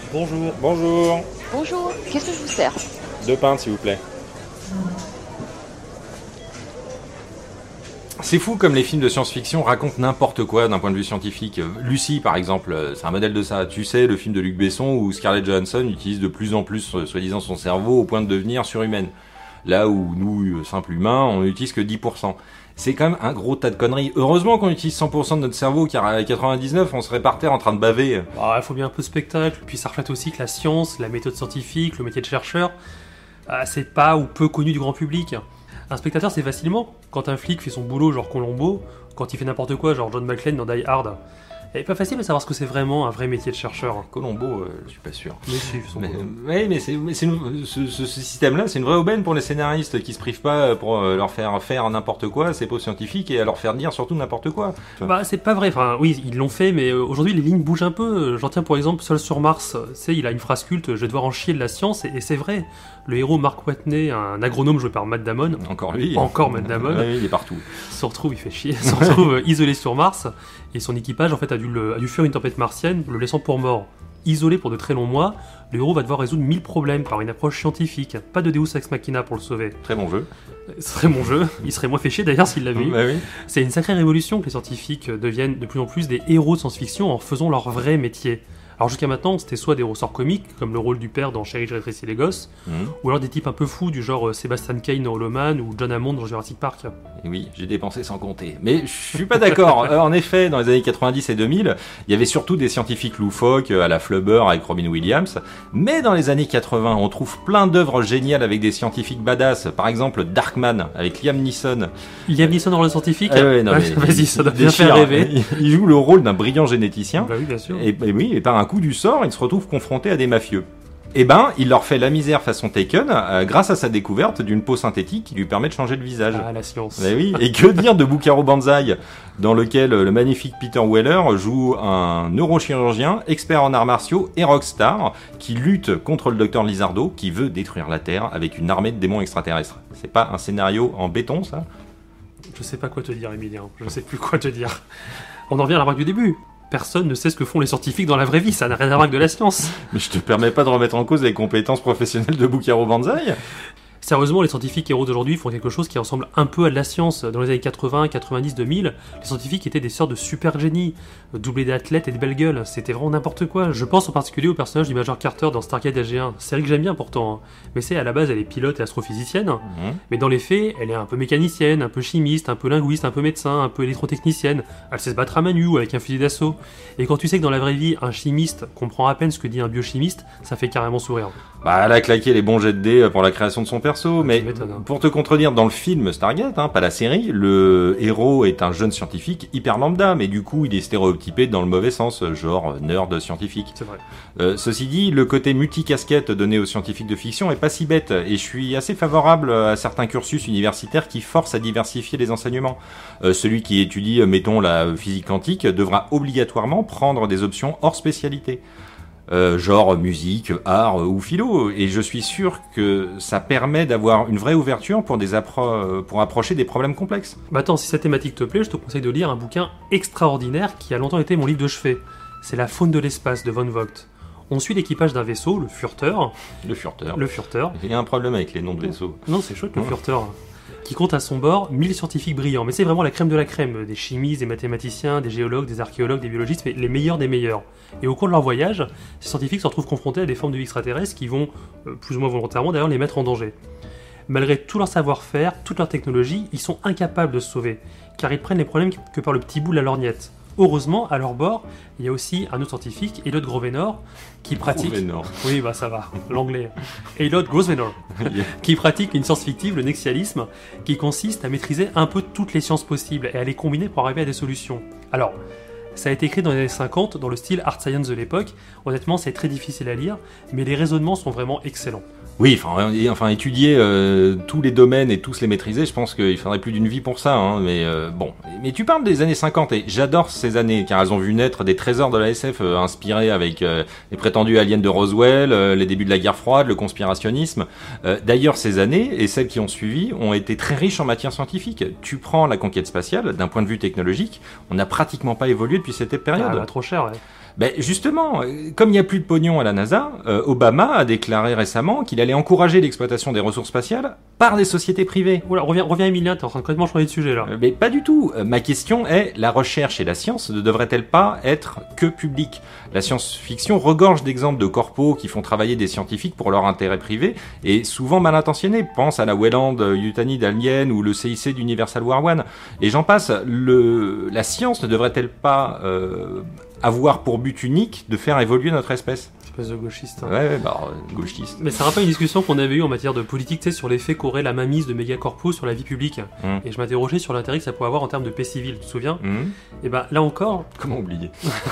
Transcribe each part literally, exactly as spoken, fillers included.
Bonjour. Bonjour. Bonjour, qu'est-ce que je vous sers? Deux pintes, s'il vous plaît. C'est fou comme les films de science-fiction racontent n'importe quoi d'un point de vue scientifique. Lucie, par exemple, c'est un modèle de ça. Tu sais, le film de Luc Besson où Scarlett Johansson utilise de plus en plus, soi-disant, son cerveau au point de devenir surhumaine. Là où nous, simples humains, on n'utilise que dix pour cent. C'est quand même un gros tas de conneries. Heureusement qu'on utilise cent pour cent de notre cerveau, car à quatre-vingt-dix-neuf, on serait par terre en train de baver. Ah, il faut bien un peu de spectacle, puis ça reflète aussi que la science, la méthode scientifique, le métier de chercheur, ah, c'est pas ou peu connu du grand public. Un spectateur, c'est facilement. Quand un flic fait son boulot, genre Columbo, quand il fait n'importe quoi, genre John McClane dans Die Hard. Et pas facile de savoir ce que c'est vraiment un vrai métier de chercheur. Columbo, euh, je suis pas sûr. Mais si, son mais, boulot. Oui, mais, c'est, mais c'est une- ce, ce- ce système-là, c'est une vraie aubaine pour les scénaristes qui se privent pas pour euh, leur faire faire n'importe quoi, ces pauvres scientifiques, et à leur faire dire surtout n'importe quoi. Bah, c'est pas vrai. Enfin, oui, ils l'ont fait, mais euh, aujourd'hui, les lignes bougent un peu. J'en tiens pour exemple Seul sur Mars. Tu sais, il a une phrase culte, je vais devoir en chier de la science, et, et c'est vrai. Le héros Mark Watney, un agronome joué par Matt Damon, Encore lui. Encore Matt Damon. Oui, il est partout. se retrouve, il fait chier, se retrouve euh, isolé sur Mars, et son équipage en fait a dû, le, a dû fuir une tempête martienne, le laissant pour mort. Isolé pour de très longs mois, le héros va devoir résoudre mille problèmes par une approche scientifique. Pas de Deus Ex Machina pour le sauver. Très bon jeu. Ce serait mon jeu, il serait moins fait chier d'ailleurs s'il l'avait eu. Bah oui. C'est une sacrée révolution que les scientifiques deviennent de plus en plus des héros de science-fiction en faisant leur vrai métier. Alors jusqu'à maintenant, c'était soit des ressorts comiques, comme le rôle du père dans Chérie, je rétrécis les gosses, Mhm. ou alors des types un peu fous du genre euh, Sébastien Kane dans Hollow Man ou John Hammond dans Jurassic Park. Et oui, j'ai dépensé sans compter. Mais je suis pas d'accord. Euh, en effet, dans les années quatre-vingt-dix et deux mille, il y avait surtout des scientifiques loufoques euh, à la Flubber avec Robin Williams. Mais dans les années quatre-vingts, on trouve plein d'œuvres géniales avec des scientifiques badass. Par exemple, Darkman avec Liam Neeson. Liam Neeson dans le scientifique. Ah ouais, non, mais Vas-y, ça doit il bien faire déchire. rêver. Il il joue le rôle d'un brillant généticien. Bah oui, bien sûr. Et, et oui, et par un coup du sort, il se retrouve confronté à des mafieux. Et ben, il leur fait la misère façon Taken euh, grâce à sa découverte d'une peau synthétique qui lui permet de changer de visage. Ah, la science. Mais oui, et que dire de Bucaro Banzai, dans lequel le magnifique Peter Weller joue un neurochirurgien, expert en arts martiaux et rockstar, qui lutte contre le docteur Lizardo, qui veut détruire la Terre avec une armée de démons extraterrestres. C'est pas un scénario en béton, ça? Je sais pas quoi te dire, Emilien. Je sais plus quoi te dire. On en revient à la remarque du début. Personne ne sait ce que font les scientifiques dans la vraie vie, ça n'a rien à voir avec de la science. Mais je te permets pas de remettre en cause les compétences professionnelles de Bucaro Banzai. Sérieusement, les scientifiques héros d'aujourd'hui font quelque chose qui ressemble un peu à de la science. Dans les années quatre-vingts, quatre-vingt-dix, deux mille, les scientifiques étaient des sortes de super génies, doublés d'athlètes et de belles gueules. C'était vraiment n'importe quoi. Je pense en particulier au personnage du Major Carter dans Stargate S G un. Série que j'aime bien pourtant. hein. Mais c'est à la base, elle est pilote et astrophysicienne. Mhm. Mais dans les faits, elle est un peu mécanicienne, un peu chimiste, un peu linguiste, un peu médecin, un peu électrotechnicienne. Elle sait se battre à main nue ou avec un fusil d'assaut. Et quand tu sais que dans la vraie vie, un chimiste comprend à peine ce que dit un biochimiste, ça fait carrément sourire. Bah, elle a claqué les bons jets de dés pour la création de son perso, mais m'étonnes, hein. pour te contredire, dans le film Stargate, hein, pas la série, le héros est un jeune scientifique hyper lambda, mais du coup il est stéréotypé dans le mauvais sens, genre nerd scientifique. C'est vrai. Euh, ceci dit, le côté multicasquette donné aux scientifiques de fiction est pas si bête, et je suis assez favorable à certains cursus universitaires qui forcent à diversifier les enseignements. Euh, celui qui étudie, euh, mettons, la physique quantique devra obligatoirement prendre des options hors spécialité. Euh, genre musique, art euh, ou philo, et je suis sûr que ça permet d'avoir une vraie ouverture pour, des appro- pour approcher des problèmes complexes. Bah attends, si cette thématique te plaît, je te conseille de lire un bouquin extraordinaire qui a longtemps été mon livre de chevet. C'est La faune de l'espace de Von Vogt. On suit l'équipage d'un vaisseau, le Furteur. Le furteur. Le Furteur. Il y a un problème avec les noms de vaisseaux. Non, c'est chouette le Ouais. Furteur. Qui compte à son bord mille scientifiques brillants. Mais c'est vraiment la crème de la crème. Des chimistes, des mathématiciens, des géologues, des archéologues, des biologistes, mais les meilleurs des meilleurs. Et au cours de leur voyage, ces scientifiques se retrouvent confrontés à des formes de vie extraterrestres qui vont, euh, plus ou moins volontairement d'ailleurs, les mettre en danger. Malgré tout leur savoir-faire, toute leur technologie, ils sont incapables de se sauver, car ils prennent les problèmes que par le petit bout de la lorgnette. Heureusement, à leur bord, il y a aussi un autre scientifique, Elliot Grosvenor, qui pratique... Grosvenor. Oui, bah ça va, l'anglais. Elliot Grosvenor, qui pratique une science fictive, le nexialisme, qui consiste à maîtriser un peu toutes les sciences possibles et à les combiner pour arriver à des solutions. Alors, ça a été écrit dans les années cinquante, dans le style art science de l'époque. Honnêtement, c'est très difficile à lire, mais les raisonnements sont vraiment excellents. Oui, enfin, et- enfin étudier euh, tous les domaines et tous les maîtriser, je pense qu'il faudrait plus d'une vie pour ça. Hein, mais euh, bon, mais tu parles des années cinquante et j'adore ces années car elles ont vu naître des trésors de la S F euh, inspirés avec euh, les prétendus aliens de Roswell, euh, les débuts de la guerre froide, le conspirationnisme. Euh, D'ailleurs, ces années et celles qui ont suivi ont été très riches en matière scientifique. Tu prends la conquête spatiale, d'un point de vue technologique, on n'a pratiquement pas évolué depuis cette période. Ah, bah, trop cher, ouais. Ben justement, euh, comme il n'y a plus de pognon à la NASA, euh, Obama a déclaré récemment qu'il allait encourager l'exploitation des ressources spatiales par des sociétés privées. Voilà, reviens, reviens Emilien, t'es en train de complètement changer de sujet là. Euh, Mais pas du tout. Euh, Ma question est, la recherche et la science ne devraient-elles pas être que publiques ? La science-fiction regorge d'exemples de corpos qui font travailler des scientifiques pour leur intérêt privé et souvent mal intentionnés. Pense à la Weyland Yutani d'Alien ou le C I C d'Universal War One. Et j'en passe, le... la science ne devrait-elle pas euh, avoir pour but unique de faire évoluer notre espèce ? Espèce de gauchiste. hein. Ouais, ouais, bah, euh, gauchiste. Mais ça rappelle une discussion qu'on avait eue en matière de politique, tu sais, sur l'effet qu'aurait la mainmise de mégacorpos sur la vie publique. Mmh. Et je m'interrogeais sur l'intérêt que ça pourrait avoir en termes de paix civile, tu te souviens ? Mmh. Et ben là encore, Comment oublier ?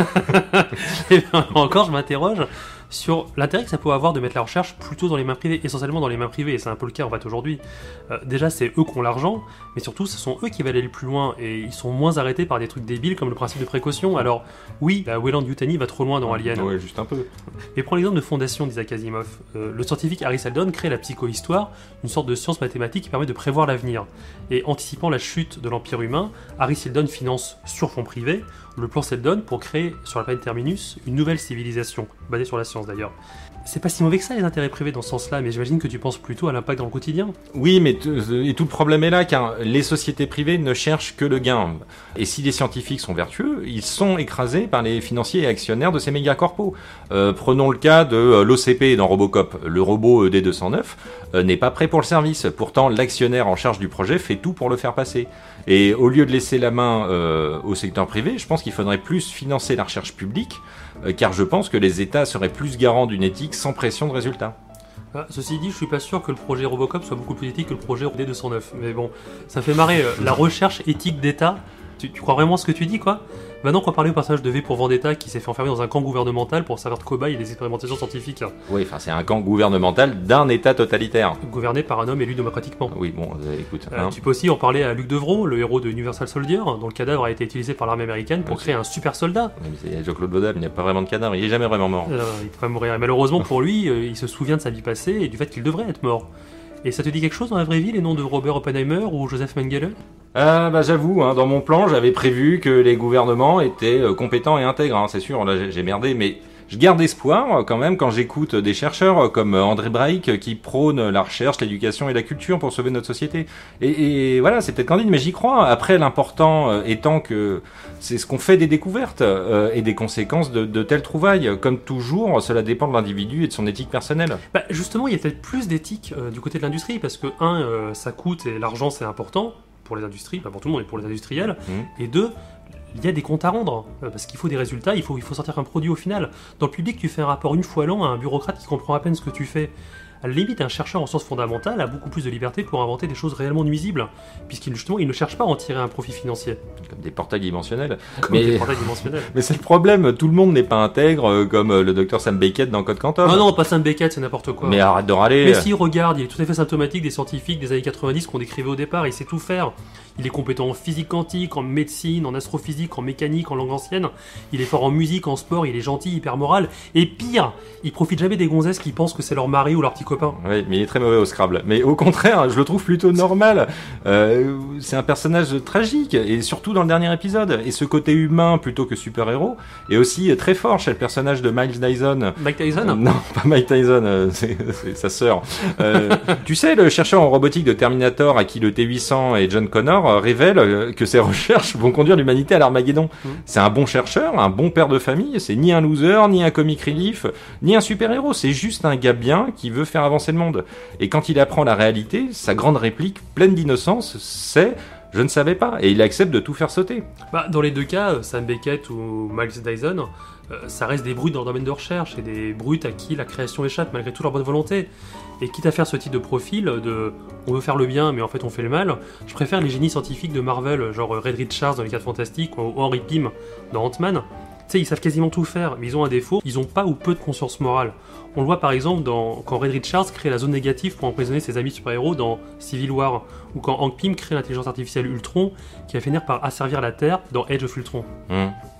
et ben, là encore, je m'interroge sur l'intérêt que ça peut avoir de mettre la recherche plutôt dans les mains privées, essentiellement dans les mains privées, et c'est un peu le cas en fait aujourd'hui. Euh, déjà, c'est eux qui ont l'argent, mais surtout, ce sont eux qui veulent aller plus loin, et ils sont moins arrêtés par des trucs débiles comme le principe de précaution. Alors, oui, la Weyland Yutani va trop loin dans Alien. Ouais, juste un peu. Mais prends l'exemple de Fondation d'Isaac Asimov. Euh, le scientifique Harry Seldon crée la psychohistoire, une sorte de science mathématique qui permet de prévoir l'avenir. Et anticipant la chute de l'Empire humain, Harry Seldon finance sur fonds privés le plan Seldon pour créer sur la planète Terminus une nouvelle civilisation, basée sur la science d'ailleurs. C'est pas si mauvais que ça les intérêts privés dans ce sens-là, mais j'imagine que tu penses plutôt à l'impact dans le quotidien. Oui, mais t- et tout le problème est là, car les sociétés privées ne cherchent que le gain. Et si les scientifiques sont vertueux, ils sont écrasés par les financiers et actionnaires de ces méga-corpos. Euh, prenons le cas de euh, l'O C P dans Robocop. Le robot E D deux cent neuf euh, n'est pas prêt pour le service. Pourtant, l'actionnaire en charge du projet fait tout pour le faire passer. Et au lieu de laisser la main euh, au secteur privé, je pense qu'il faudrait plus financer la recherche publique, euh, car je pense que les États seraient plus garants d'une éthique sans pression de résultats. Ah, ceci dit, je suis pas sûr que le projet Robocop soit beaucoup plus éthique que le projet E D deux cent neuf. Mais bon, ça me fait marrer. euh, la recherche éthique d'État, tu, tu crois vraiment ce que tu dis, quoi ? Maintenant qu'on parlait au personnage de V pour Vendetta qui s'est fait enfermer dans un camp gouvernemental pour servir de cobaye et des expérimentations scientifiques, Oui, enfin, c'est un camp gouvernemental d'un État totalitaire. gouverné par un homme élu démocratiquement. Oui, bon, euh, écoute. Euh, hein. tu peux aussi en parler à Luc Devreau, le héros de Universal Soldier, dont le cadavre a été utilisé par l'armée américaine pour Ouais, créer un super soldat. Oui, mais c'est Jean-Claude Van Damme, il n'y a pas vraiment de cadavre, il est jamais vraiment mort. Euh, il peut pas mourir. Et malheureusement pour lui, euh, il se souvient de sa vie passée et du fait qu'il devrait être mort. Et ça te dit quelque chose dans la vraie vie, les noms de Robert Oppenheimer ou Joseph Mengele ? Euh, bah, j'avoue, hein, dans mon plan, j'avais prévu que les gouvernements étaient euh, compétents et intègres, hein, c'est sûr, là j'ai- j'ai merdé, mais je garde espoir euh, quand même quand j'écoute des chercheurs euh, comme euh, André Brake euh, qui prônent la recherche, l'éducation et la culture pour sauver notre société. Et, et voilà, c'est peut-être candide, mais j'y crois. Après, l'important euh, étant que c'est ce qu'on fait des découvertes euh, et des conséquences de, de telles trouvailles. Comme toujours, cela dépend de l'individu et de son éthique personnelle. Bah, justement, il y a peut-être plus d'éthique euh, du côté de l'industrie, parce que, un, euh, ça coûte et l'argent c'est important pour les industries, pas pour tout le monde, mais pour les industriels, Mmh. et deux, il y a des comptes à rendre, euh, parce qu'il faut des résultats, il faut, il faut sortir un produit au final. Dans le public, tu fais un rapport une fois l'an à un bureaucrate qui comprend à peine ce que tu fais. À la limite, un chercheur en sciences fondamentales a beaucoup plus de liberté pour inventer des choses réellement nuisibles, puisqu'il justement, il ne cherche pas à en tirer un profit financier. Comme des portails dimensionnels. Comme Mais- des portails dimensionnels. Mais c'est le problème, tout le monde n'est pas intègre euh, comme euh, le docteur Sam Beckett dans Code Quantum. Ah non, pas Sam Beckett, c'est n'importe quoi. Mais arrête de râler. Mais si, regarde, il est tout à fait symptomatique des scientifiques des années quatre-vingt-dix qu'on décrivait au départ, il sait tout faire. Il est compétent en physique quantique, en médecine, en astrophysique, en mécanique, en langue ancienne. Il est fort en musique, en sport, il est gentil, hyper moral. Et pire, il profite jamais des gonzesses qui pensent que c'est leur mari ou leur petit copain. Oui, mais il est très mauvais au Scrabble. Mais au contraire, je le trouve plutôt normal. Euh, c'est un personnage tragique, et surtout dans le dernier épisode. Et ce côté humain plutôt que super-héros est aussi très fort chez le personnage de Miles Dyson. Mike Tyson Euh, non, pas Mike Tyson, euh, c'est c'est sa sœur. Euh, tu sais, le chercheur en robotique de Terminator à qui le T huit cents et John Connor euh, révèlent euh, que ses recherches vont conduire l'humanité à l'Armageddon. Mhm. C'est un bon chercheur, un bon père de famille, c'est ni un loser, ni un comic relief, ni un super-héros, c'est juste un gars bien qui veut faire avancer le monde. Et quand il apprend la réalité, sa grande réplique, pleine d'innocence, c'est « je ne savais pas », et il accepte de tout faire sauter. Bah, dans les deux cas, euh, Sam Beckett ou Miles Dyson, euh, ça reste des brutes dans le domaine de recherche et des brutes à qui la création échappe malgré toute leur bonne volonté. Et quitte à faire ce type de profil, de on veut faire le bien mais en fait on fait le mal, je préfère les génies scientifiques de Marvel, genre Reed Richards dans les quatre Fantastiques ou Henry Pym dans Ant-Man. Tu sais, ils savent quasiment tout faire, mais ils ont un défaut, ils ont pas ou peu de conscience morale. On le voit par exemple dans, quand Reed Richards crée la zone négative pour emprisonner ses amis super-héros dans Civil War, ou quand Hank Pym crée l'intelligence artificielle Ultron qui va finir par asservir la Terre dans Age of Ultron. Hum.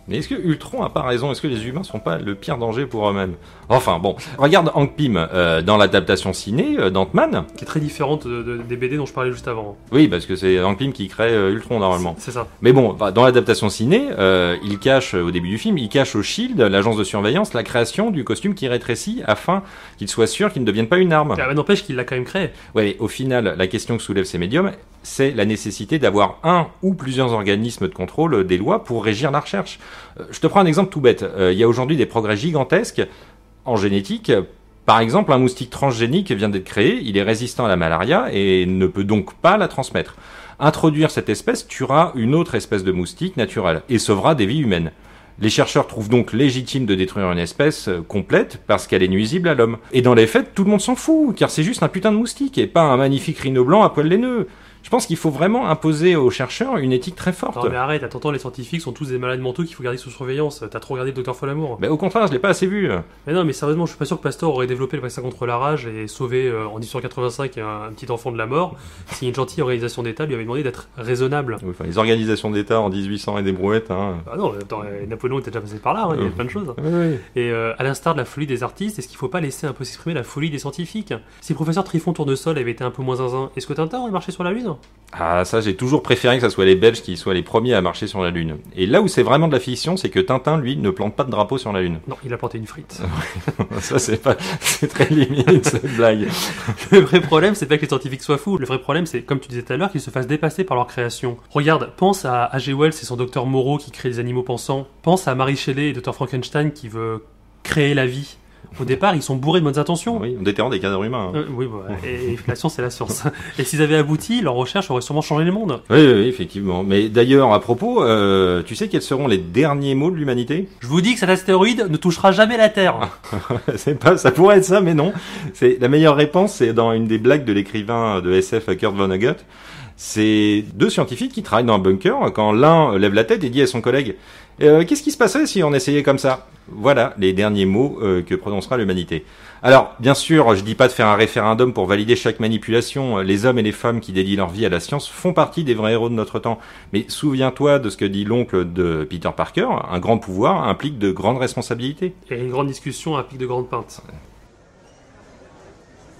Mais est-ce que Ultron a pas raison? Est-ce que les humains sont pas le pire danger pour eux-mêmes? Enfin bon, regarde Hank Pym euh, dans l'adaptation ciné euh, d'Ant-Man. Qui est très différente de, de- des B D dont je parlais juste avant. Oui, parce que c'est Hank Pym qui crée euh, Ultron normalement. C'est ça. Mais bon, bah, dans l'adaptation ciné, euh, il cache, euh, au début du film, il cache au Shield, l'agence de surveillance, la création du costume qui rétrécit afin qu'il soit sûr qu'il ne devienne pas une arme. Ah, bah, n'empêche qu'il l'a quand même créé. Ouais, mais au final, la question que soulèvent ces médiums, c'est la nécessité d'avoir un ou plusieurs organismes de contrôle des lois pour régir la recherche. Euh, je te prends un exemple tout bête. Euh, Il y a aujourd'hui des progrès gigantesques en génétique. Par exemple, un moustique transgénique vient d'être créé, il est résistant à la malaria et ne peut donc pas la transmettre. Introduire cette espèce tuera une autre espèce de moustique naturelle et sauvera des vies humaines. Les chercheurs trouvent donc légitime de détruire une espèce euh, complète parce qu'elle est nuisible à l'homme. Et dans les faits, tout le monde s'en fout, car c'est juste un putain de moustique et pas un magnifique rhino blanc à poil laineux. Je pense qu'il faut vraiment imposer aux chercheurs une éthique très forte. Non mais arrête, à t'entends, les scientifiques sont tous des malades mentaux qu'il faut garder sous surveillance. T'as trop regardé le Docteur Folamour. Mais au contraire, je l'ai pas assez vu. Mais non, mais sérieusement, je suis pas sûr que Pasteur aurait développé le vaccin contre la rage et sauvé euh, en dix-huit cent quatre-vingt-cinq un, un petit enfant de la mort si une gentille organisation d'État lui avait demandé d'être raisonnable. Oui, enfin, les organisations d'État en dix-huit cents et des brouettes, hein. Ah non, attends, euh, Napoléon était déjà passé par là, hein, il y avait plein de choses. Oui, oui. Et euh, à l'instar de la folie des artistes, est-ce qu'il faut pas laisser un peu s'exprimer la folie des scientifiques? Si le professeur Trifon Tournesol avait été un peu moins zinzin, est-ce que Tintin aurait marché sur la Lune? Ah, ça, j'ai toujours préféré que ça soit les Belges qui soient les premiers à marcher sur la Lune. Et là où c'est vraiment de la fiction, c'est que Tintin, lui, ne plante pas de drapeau sur la Lune. Non, il a planté une frite. Ça, c'est pas, c'est très limite, cette blague. Le vrai problème, c'est pas que les scientifiques soient fous. Le vrai problème, c'est, comme tu disais tout à l'heure, qu'ils se fassent dépasser par leur création. Regarde, pense à H G Wells et son docteur Moreau qui crée des animaux pensants. Pense à Mary Shelley et docteur Frankenstein qui veut créer la vie. Au départ, ils sont bourrés de bonnes intentions. Oui, en déterrant des cadavres humains. Hein. Euh, oui, bah, et, et la science, c'est la science. Et s'ils avaient abouti, leur recherche aurait sûrement changé le monde. Oui, oui, oui, effectivement. Mais d'ailleurs, à propos, euh, tu sais quels seront les derniers mots de l'humanité? Je vous dis que cet astéroïde ne touchera jamais la Terre. C'est pas, ça pourrait être ça, mais non. C'est la meilleure réponse, c'est dans une des blagues de l'écrivain de S F Kurt Vonnegut. C'est deux scientifiques qui travaillent dans un bunker quand l'un lève la tête et dit à son collègue euh, qu'est-ce qui se passerait si on essayait comme ça? Voilà les derniers mots euh, que prononcera l'humanité. Alors, bien sûr, je dis pas de faire un référendum pour valider chaque manipulation. Les hommes et les femmes qui dédient leur vie à la science font partie des vrais héros de notre temps. Mais souviens-toi de ce que dit l'oncle de Peter Parker, un grand pouvoir implique de grandes responsabilités. Et une grande discussion implique de grandes pintes.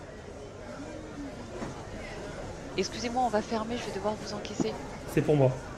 Excusez-moi, on va fermer, je vais devoir vous encaisser. C'est pour moi.